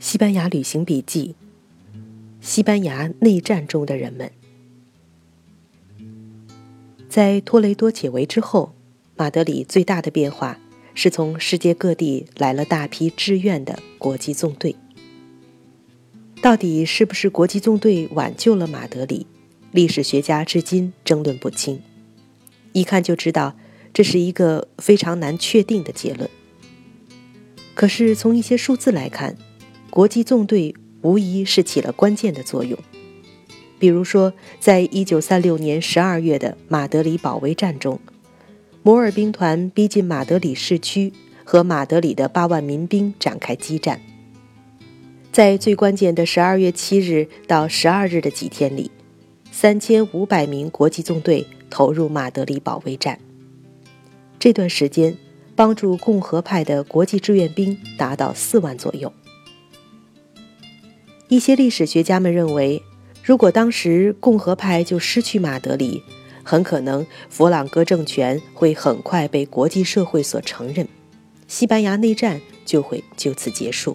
西班牙旅行笔记：西班牙内战中的人们。在托雷多解围之后，马德里最大的变化是从世界各地来了大批志愿的国际纵队。到底是不是国际纵队挽救了马德里，历史学家至今争论不清。一看就知道，这是一个非常难确定的结论。可是从一些数字来看，国际纵队无疑是起了关键的作用。比如说，在1936年12月的马德里保卫战中，摩尔兵团逼近马德里市区，和马德里的8万民兵展开激战。在最关键的12月7日到12日的几天里，3500名国际纵队投入马德里保卫战。这段时间，帮助共和派的国际志愿兵达到4万左右。一些历史学家们认为，如果当时共和派就失去马德里，很可能佛朗哥政权会很快被国际社会所承认，西班牙内战就会就此结束。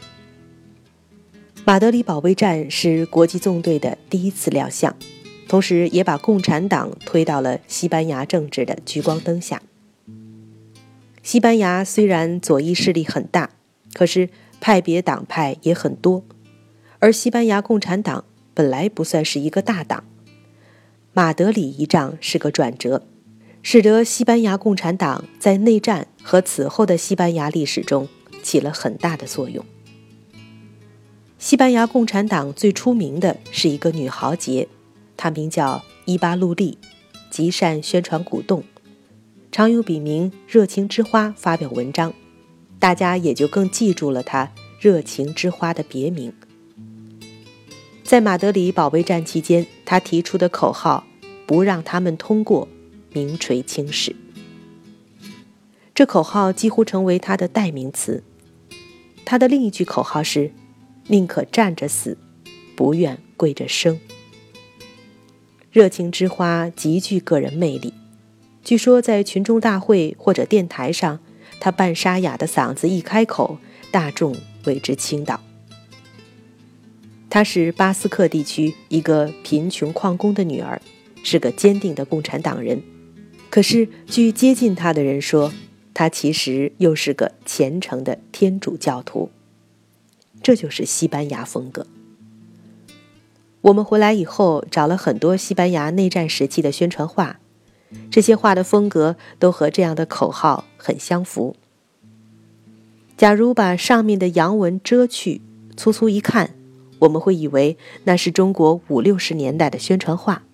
马德里保卫战是国际纵队的第一次亮相，同时也把共产党推到了西班牙政治的聚光灯下。西班牙虽然左翼势力很大，可是派别党派也很多，而西班牙共产党本来不算是一个大党。马德里一仗是个转折，使得西班牙共产党在内战和此后的西班牙历史中起了很大的作用。西班牙共产党最出名的是一个女豪杰，她名叫伊巴路利，极善宣传鼓动，常用笔名热情之花发表文章，大家也就更记住了她热情之花的别名。在马德里保卫战期间，他提出的口号“不让他们通过”名垂青史。这口号几乎成为他的代名词。他的另一句口号是“宁可站着死，不愿跪着生”。热情之花极具个人魅力，据说在群众大会或者电台上，他半沙哑的嗓子一开口，大众为之倾倒。她是巴斯克地区一个贫穷矿工的女儿，是个坚定的共产党人。可是据接近她的人说，她其实又是个虔诚的天主教徒。这就是西班牙风格。我们回来以后找了很多西班牙内战时期的宣传画，这些画的风格都和这样的口号很相符。假如把上面的洋文遮去，粗粗一看，我们会以为那是中国50、60年代的宣传画。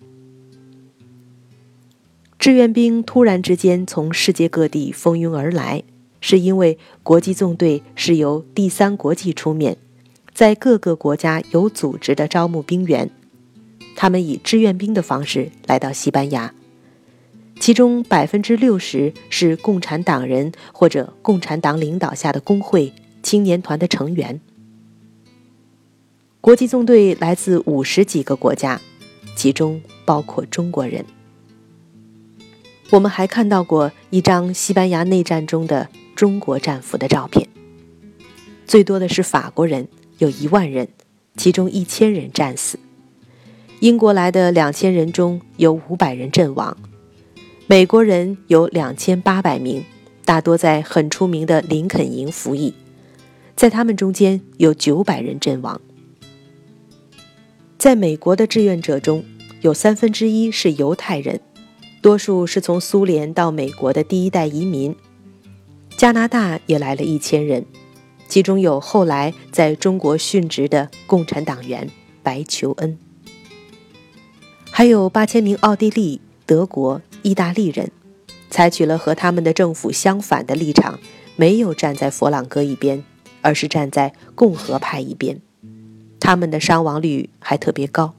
志愿兵突然之间从世界各地蜂拥而来，是因为国际纵队是由第三国际出面，在各个国家有组织的招募兵员，他们以志愿兵的方式来到西班牙，其中60%是共产党人或者共产党领导下的工会、青年团的成员。国际纵队来自50几个国家，其中包括中国人。我们还看到过一张西班牙内战中的中国战俘的照片，最多的是法国人，有1万人，其中1000人战死。英国来的2000人中有500人阵亡，美国人有2800名，大多在很出名的林肯营服役，在他们中间有900人阵亡。在美国的志愿者中，有1/3是犹太人，多数是从苏联到美国的第一代移民。加拿大也来了1000人，其中有后来在中国殉职的共产党员白求恩。还有8000名奥地利、德国、意大利人，采取了和他们的政府相反的立场，没有站在佛朗哥一边，而是站在共和派一边。他们的伤亡率还特别高。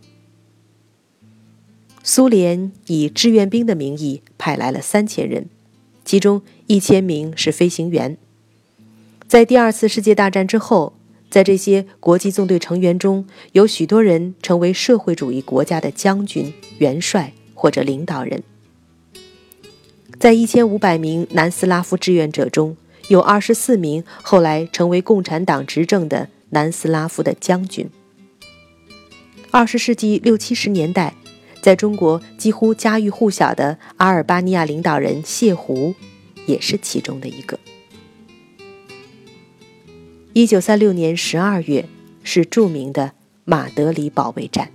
苏联以志愿兵的名义派来了3000人，其中1000名是飞行员。在第2次世界大战之后，在这些国际纵队成员中，有许多人成为社会主义国家的将军、元帅或者领导人。在1500名南斯拉夫志愿者中，有24名后来成为共产党执政的南斯拉夫的将军。20世纪60、70年代，在中国几乎家喻户晓的阿尔巴尼亚领导人谢胡也是其中的一个。1936年12月是著名的马德里保卫战。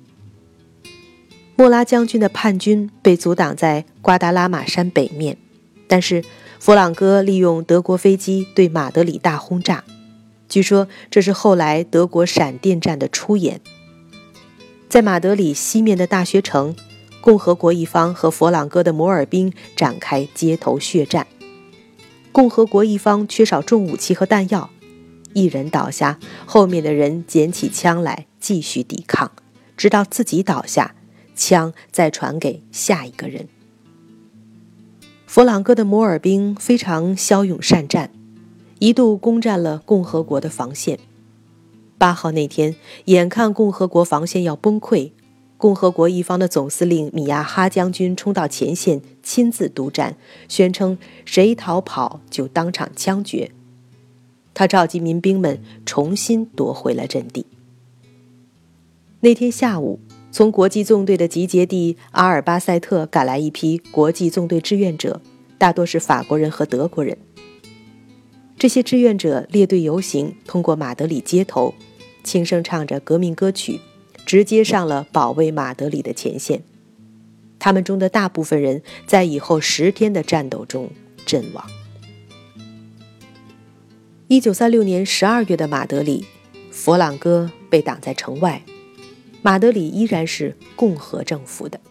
莫拉将军的叛军被阻挡在瓜达拉玛山北面，但是佛朗哥利用德国飞机对马德里大轰炸，据说这是后来德国闪电战的出演。在马德里西面的大学城，共和国一方和佛朗哥的摩尔兵展开街头血战。共和国一方缺少重武器和弹药，一人倒下，后面的人捡起枪来继续抵抗，直到自己倒下，枪再传给下一个人。佛朗哥的摩尔兵非常骁勇善战，一度攻占了共和国的防线。8号那天，眼看共和国防线要崩溃，共和国一方的总司令米亚哈将军冲到前线，亲自督战，宣称谁逃跑就当场枪决。他召集民兵们重新夺回了阵地。那天下午，从国际纵队的集结地阿尔巴塞特赶来一批国际纵队志愿者，大多是法国人和德国人。这些志愿者列队游行，通过马德里街头，轻声唱着革命歌曲，直接上了保卫马德里的前线。他们中的大部分人在以后10天的战斗中阵亡。1936年12月的马德里，佛朗哥被挡在城外，马德里依然是共和政府的。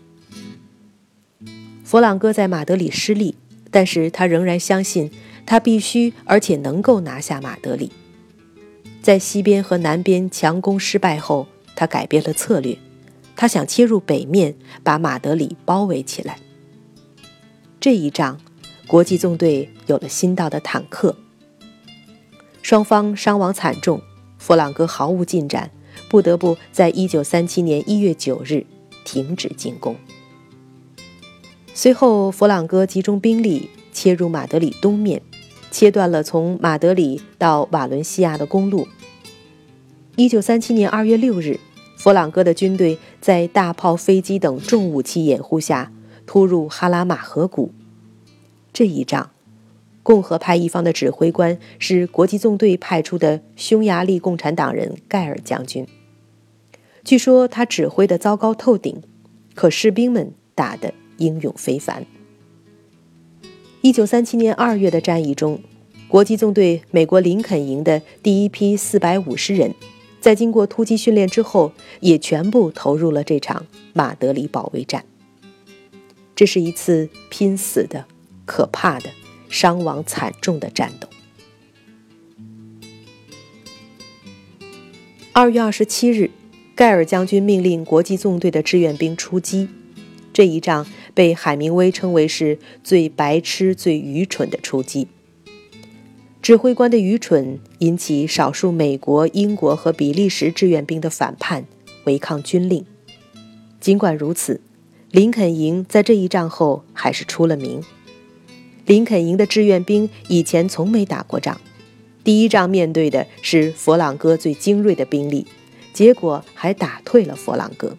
佛朗哥在马德里失利，但是他仍然相信他必须而且能够拿下马德里。在西边和南边强攻失败后，他改变了策略，他想切入北面，把马德里包围起来。这一仗，国际纵队有了新到的坦克。双方伤亡惨重，佛朗哥毫无进展，不得不在1937年1月9日停止进攻。随后，佛朗哥集中兵力切入马德里东面，切断了从马德里到瓦伦西亚的公路。1937年2月6日，佛朗哥的军队在大炮、飞机等重武器掩护下突入哈拉马河谷。这一仗，共和派一方的指挥官是国际纵队派出的匈牙利共产党人盖尔将军。据说他指挥得糟糕透顶，可士兵们打得英勇非凡。1937年2月的战役中，国际纵队美国林肯营的第一批450人，在经过突击训练之后，也全部投入了这场马德里保卫战。这是一次拼死的、可怕的、伤亡惨重的战斗。2月27日，盖尔将军命令国际纵队的志愿兵出击。这一仗被海明威称为是最白痴、最愚蠢的出击。指挥官的愚蠢引起少数美国、英国和比利时志愿兵的反叛，违抗军令。尽管如此，林肯营在这一仗后还是出了名。林肯营的志愿兵以前从没打过仗，第一仗面对的是佛朗哥最精锐的兵力，结果还打退了佛朗哥。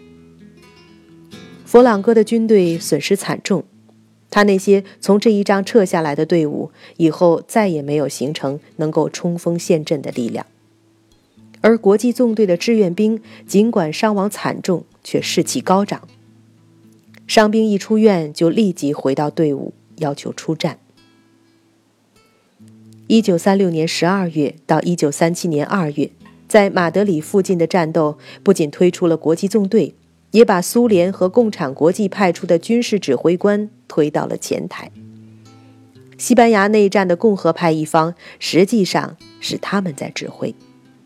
佛朗哥的军队损失惨重，他那些从这一仗撤下来的队伍以后再也没有形成能够冲锋陷阵的力量。而国际纵队的志愿兵尽管伤亡惨重，却士气高涨。伤兵一出院就立即回到队伍，要求出战。1936年12月到1937年2月，在马德里附近的战斗不仅推出了国际纵队，也把苏联和共产国际派出的军事指挥官推到了前台。西班牙内战的共和派一方实际上是他们在指挥。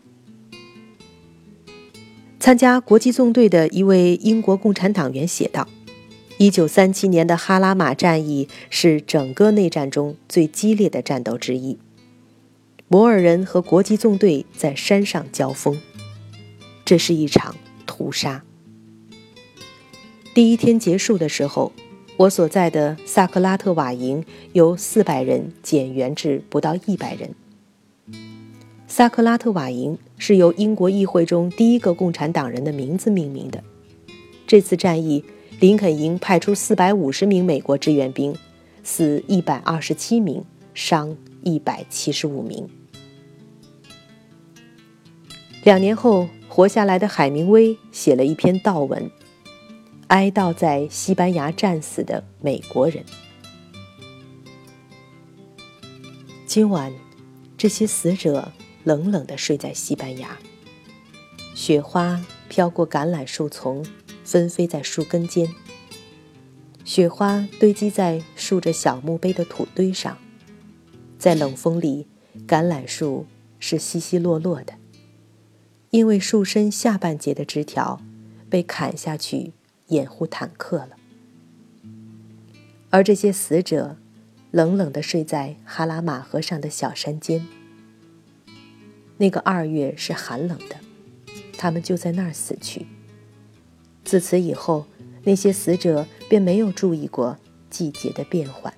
参加国际纵队的一位英国共产党员写道，1937年的哈拉马战役是整个内战中最激烈的战斗之一。摩尔人和国际纵队在山上交锋，这是一场屠杀。第一天结束的时候，我所在的萨克拉特瓦营由400人减员至不到100人。 萨克拉特瓦营是由英国议会中第一个共产党人的名字命名的。这次战役，林肯营派出450名美国志愿兵，死127名，伤175名。2年后，活下来的海明威写了一篇悼文，哀悼在西班牙战死的美国人。今晚，这些死者冷冷地睡在西班牙，雪花飘过橄榄树丛，纷飞在树根间，雪花堆积在竖着小墓碑的土堆上，在冷风里，橄榄树是稀稀落落的，因为树身下半截的枝条被砍下去掩护坦克了。而这些死者冷冷地睡在哈拉马河上的小山间。那个2月是寒冷的，他们就在那儿死去。自此以后，那些死者便没有注意过季节的变换。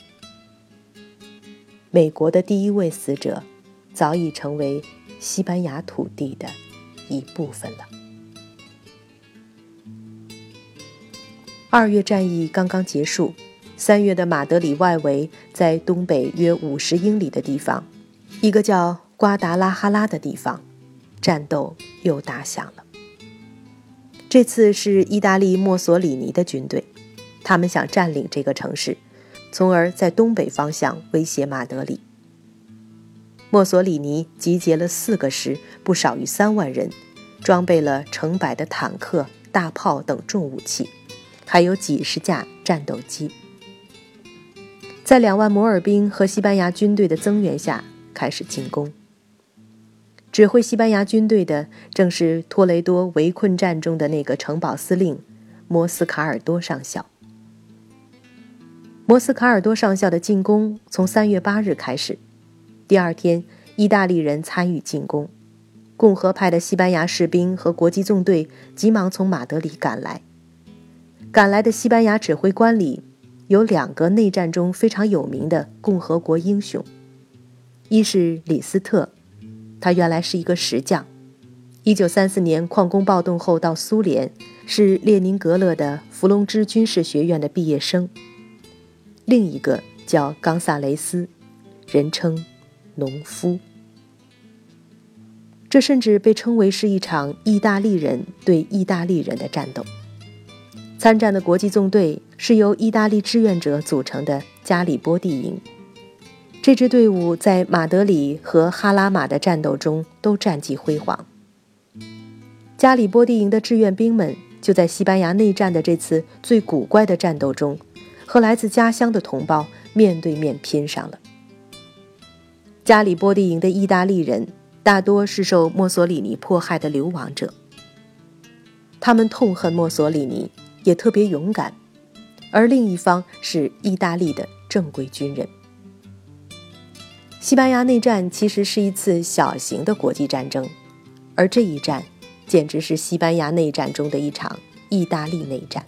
美国的第一位死者早已成为西班牙土地的一部分了。2月战役刚刚结束，3月的马德里外围，在东北约50英里的地方，一个叫瓜达拉哈拉的地方，战斗又打响了。这次是意大利墨索里尼的军队，他们想占领这个城市，从而在东北方向威胁马德里。墨索里尼集结了4个师，不少于3万人，装备了成百的坦克、大炮等重武器，还有几十架战斗机。在2万摩尔兵和西班牙军队的增援下，开始进攻。指挥西班牙军队的正是托雷多围困战中的那个城堡司令摩斯卡尔多上校。摩斯卡尔多上校的进攻从3月8日开始，第2天，意大利人参与进攻，共和派的西班牙士兵和国际纵队急忙从马德里赶来。赶来的西班牙指挥官里有2个内战中非常有名的共和国英雄，一是李斯特，他原来是一个石匠，1934年矿工暴动后到苏联，是列宁格勒的弗龙芝军事学院的毕业生。另一个叫冈萨雷斯，人称农夫。这甚至被称为是一场意大利人对意大利人的战斗。参战的国际纵队是由意大利志愿者组成的加里波第营，这支队伍在马德里和哈拉马的战斗中都战绩辉煌。加里波第营的志愿兵们就在西班牙内战的这次最古怪的战斗中，和来自家乡的同胞面对面拼上了。加里波第营的意大利人大多是受墨索里尼迫害的流亡者，他们痛恨墨索里尼，也特别勇敢，而另一方是意大利的正规军人。西班牙内战其实是一次小型的国际战争，而这一战简直是西班牙内战中的一场意大利内战。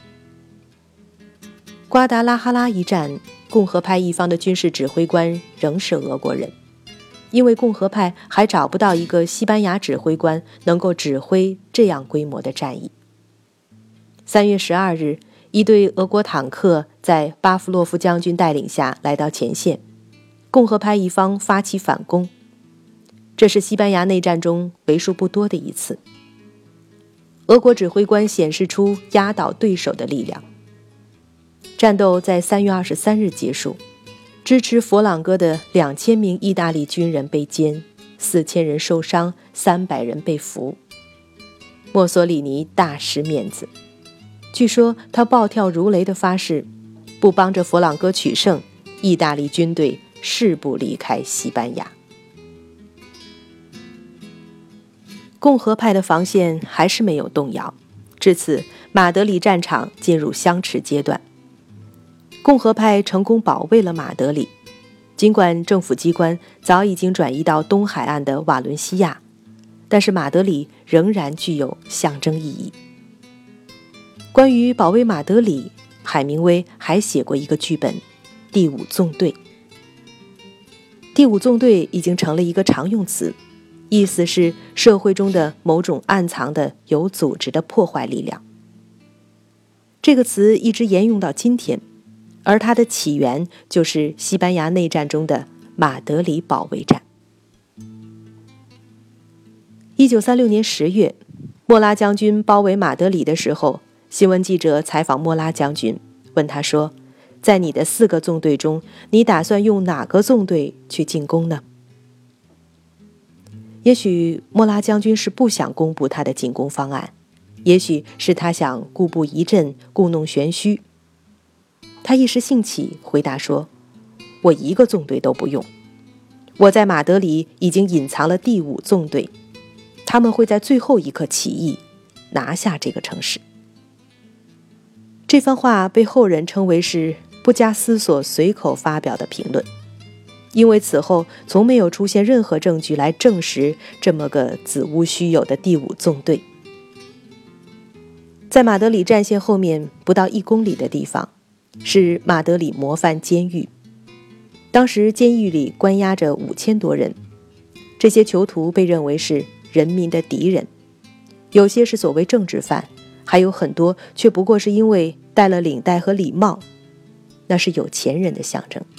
瓜达拉哈拉一战，共和派一方的军事指挥官仍是俄国人，因为共和派还找不到一个西班牙指挥官能够指挥这样规模的战役。3月12日，一队俄国坦克在巴夫洛夫将军带领下来到前线，共和派一方发起反攻，这是西班牙内战中为数不多的一次。俄国指挥官显示出压倒对手的力量。战斗在3月23日结束，支持佛朗哥的2000名意大利军人被歼，4000人受伤，300人被俘。墨索里尼大失面子，据说他暴跳如雷地发誓，不帮着佛朗哥取胜，意大利军队誓不离开西班牙。共和派的防线还是没有动摇，至此马德里战场进入相持阶段。共和派成功保卫了马德里，尽管政府机关早已经转移到东海岸的瓦伦西亚，但是马德里仍然具有象征意义。关于保卫马德里，海明威还写过一个剧本《第5纵队》。 第五纵队已经成了一个常用词，意思是社会中的某种暗藏的有组织的破坏力量。这个词一直沿用到今天，而它的起源就是西班牙内战中的马德里保卫战。1936年10月，莫拉将军包围马德里的时候，新闻记者采访莫拉将军，问他说，在你的4个纵队中，你打算用哪个纵队去进攻呢？也许莫拉将军是不想公布他的进攻方案，也许是他想故布疑阵，故弄玄虚。他一时兴起回答说，我1个纵队都不用，我在马德里已经隐藏了第5纵队，他们会在最后一刻起义，拿下这个城市。这番话被后人称为是不加思索随口发表的评论，因为此后从没有出现任何证据来证实这么个子无虚有的第5纵队。在马德里战线后面不到1公里的地方，是马德里模范监狱。当时监狱里关押着5000多人，这些囚徒被认为是人民的敌人，有些是所谓政治犯，还有很多却不过是因为戴了领带和礼帽，那是有钱人的象征。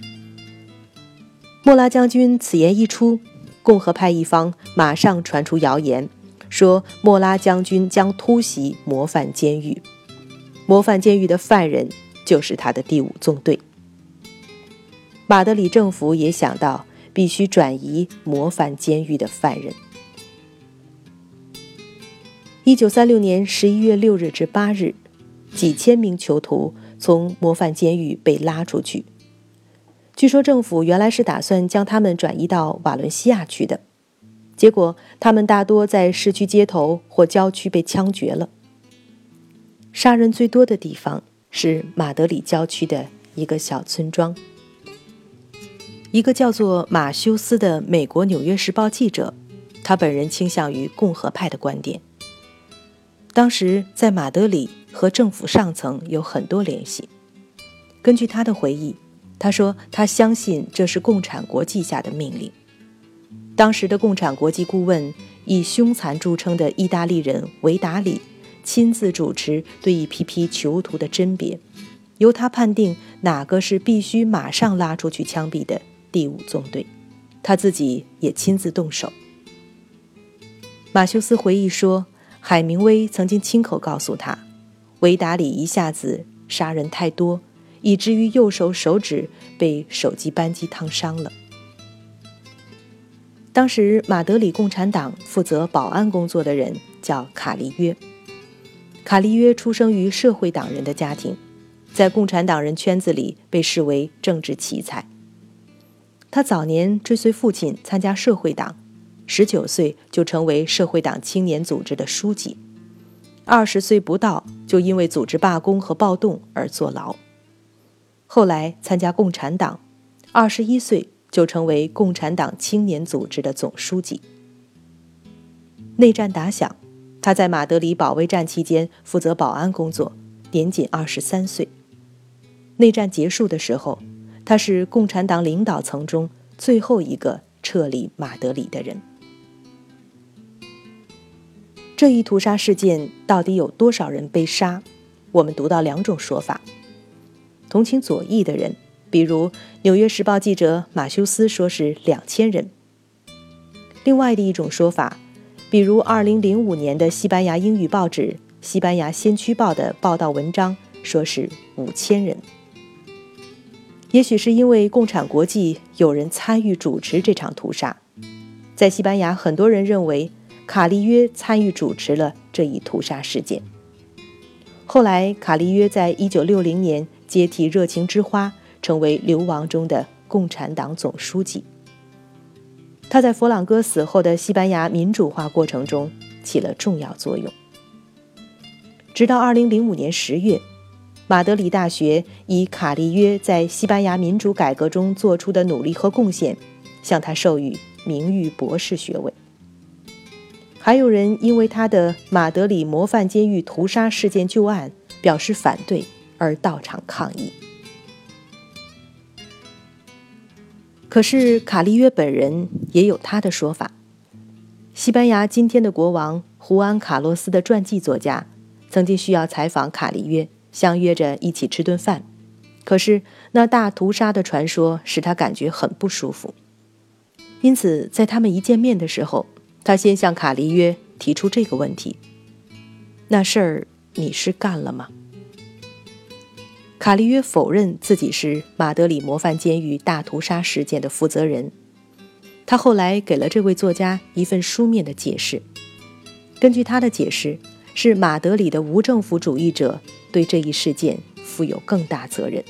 莫拉将军此言一出，共和派一方马上传出谣言，说莫拉将军将突袭模范监狱，模范监狱的犯人就是他的第5纵队。马德里政府也想到必须转移模范监狱的犯人。1936年11月6日至8日，几千名囚徒从模范监狱被拉出去。据说政府原来是打算将他们转移到瓦伦西亚去的，结果他们大多在市区街头或郊区被枪决了。杀人最多的地方是马德里郊区的一个小村庄。一个叫做马修斯的美国《纽约时报》记者，他本人倾向于共和派的观点。当时在马德里和政府上层有很多联系。根据他的回忆，他说他相信这是共产国际下的命令。当时的共产国际顾问以凶残著称的意大利人维达里亲自主持对一批批囚徒的甄别，由他判定哪个是必须马上拉出去枪毙的第5纵队，他自己也亲自动手。马修斯回忆说，海明威曾经亲口告诉他，维达里一下子杀人太多，以至于右手手指被手机扳机烫伤了。当时马德里共产党负责保安工作的人叫卡利约。卡利约出生于社会党人的家庭，在共产党人圈子里被视为政治奇才。他早年追随父亲参加社会党，19岁就成为社会党青年组织的书记，20岁不到就因为组织罢工和暴动而坐牢。后来参加共产党，21岁就成为共产党青年组织的总书记。内战打响，他在马德里保卫战期间负责保安工作，年仅23岁。内战结束的时候，他是共产党领导层中最后一个撤离马德里的人。这一屠杀事件到底有多少人被杀？我们读到2种说法。同情左翼的人，比如《纽约时报》记者马修斯说是2000人。另外的一种说法，比如2005年的西班牙英语报纸《西班牙先驱报》的报道文章说是5000人。也许是因为共产国际有人参与主持这场屠杀，在西班牙很多人认为卡利约参与主持了这一屠杀事件。后来卡利约在1960年接替热情之花，成为流亡中的共产党总书记。他在佛朗哥死后的西班牙民主化过程中起了重要作用。直到2005年10月，马德里大学以卡利约在西班牙民主改革中做出的努力和贡献，向他授予名誉博士学位。还有人因为他的马德里模范监狱屠杀事件旧案表示反对而到场抗议。 可是卡利约本人也有他的说法。西班牙今天的国王胡安·卡洛斯的传记作家曾经需要采访卡利约，相约着一起吃顿饭，可是那大屠杀的传说使他感觉很不舒服。因此在他们一见面的时候，他先向卡利约提出这个问题：那事儿你是干了吗？卡利约否认自己是马德里模范监狱大屠杀事件的负责人。他后来给了这位作家一份书面的解释，根据他的解释，是马德里的无政府主义者对这一事件负有更大责任。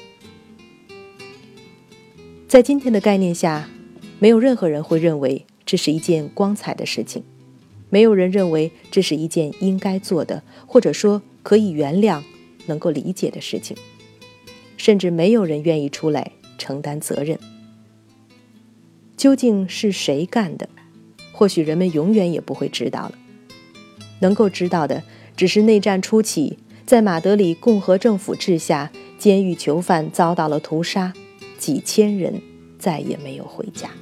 在今天的概念下，没有任何人会认为这是一件光彩的事情，没有人认为这是一件应该做的，或者说可以原谅、能够理解的事情，甚至没有人愿意出来承担责任。究竟是谁干的，或许人们永远也不会知道了。能够知道的只是内战初期，在马德里共和政府治下，监狱囚犯遭到了屠杀，几千人再也没有回家。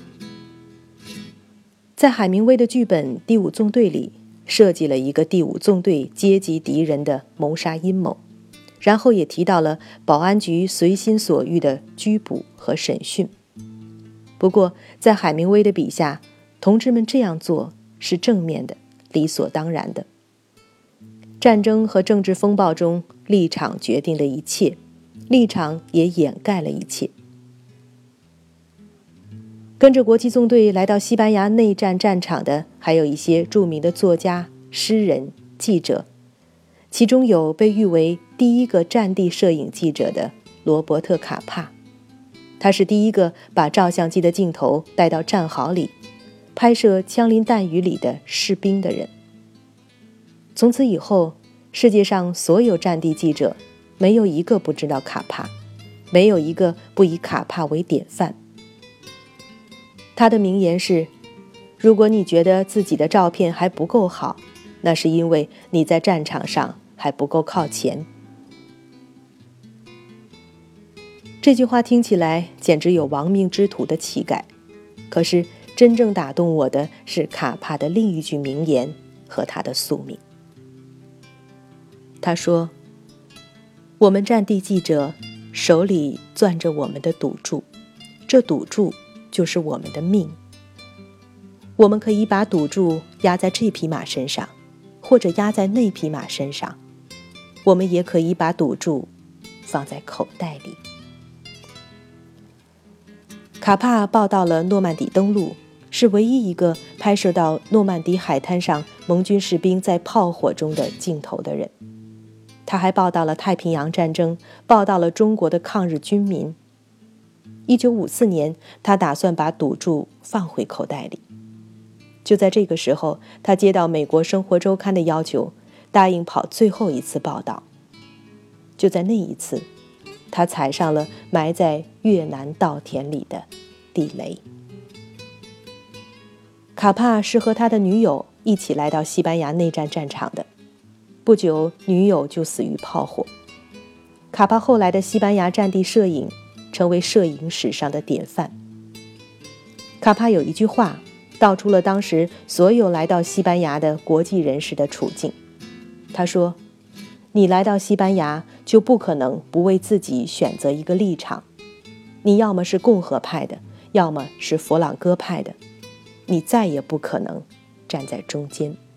在海明威的剧本《第五纵队》里，设计了一个第五纵队阶级敌人的谋杀阴谋，然后也提到了保安局随心所欲的拘捕和审讯。不过在海明威的笔下，同志们这样做是正面的，理所当然的。战争和政治风暴中，立场决定了一切，立场也掩盖了一切。跟着国际纵队来到西班牙内战战场的还有一些著名的作家、诗人、记者，其中有被誉为第一个战地摄影记者的罗伯特·卡帕。他是第一个把照相机的镜头带到战壕里，拍摄枪林弹雨里的士兵的人。从此以后，世界上所有战地记者没有一个不知道卡帕，没有一个不以卡帕为典范。他的名言是：如果你觉得自己的照片还不够好，那是因为你在战场上还不够靠前。这句话听起来简直有亡命之徒的气概，可是真正打动我的是卡帕的另一句名言和他的宿命。他说：我们战地记者手里攥着我们的赌注，这赌注就是我们的命。我们可以把赌注压在这匹马身上，或者压在那匹马身上，我们也可以把赌注放在口袋里。卡帕报道了诺曼底登陆，是唯一一个拍摄到诺曼底海滩上盟军士兵在炮火中的镜头的人。他还报道了太平洋战争，报道了中国的抗日军民。1954年，他打算把赌注放回口袋里。就在这个时候，他接到美国生活周刊的要求，答应跑最后一次报道。就在那一次，他踩上了埋在越南稻田里的地雷。卡帕是和他的女友一起来到西班牙内战战场的，不久女友就死于炮火。卡帕后来的西班牙战地摄影成为摄影史上的典范。卡帕有一句话道出了当时所有来到西班牙的国际人士的处境。他说：你来到西班牙就不可能不为自己选择一个立场，你要么是共和派的，要么是佛朗哥派的，你再也不可能站在中间。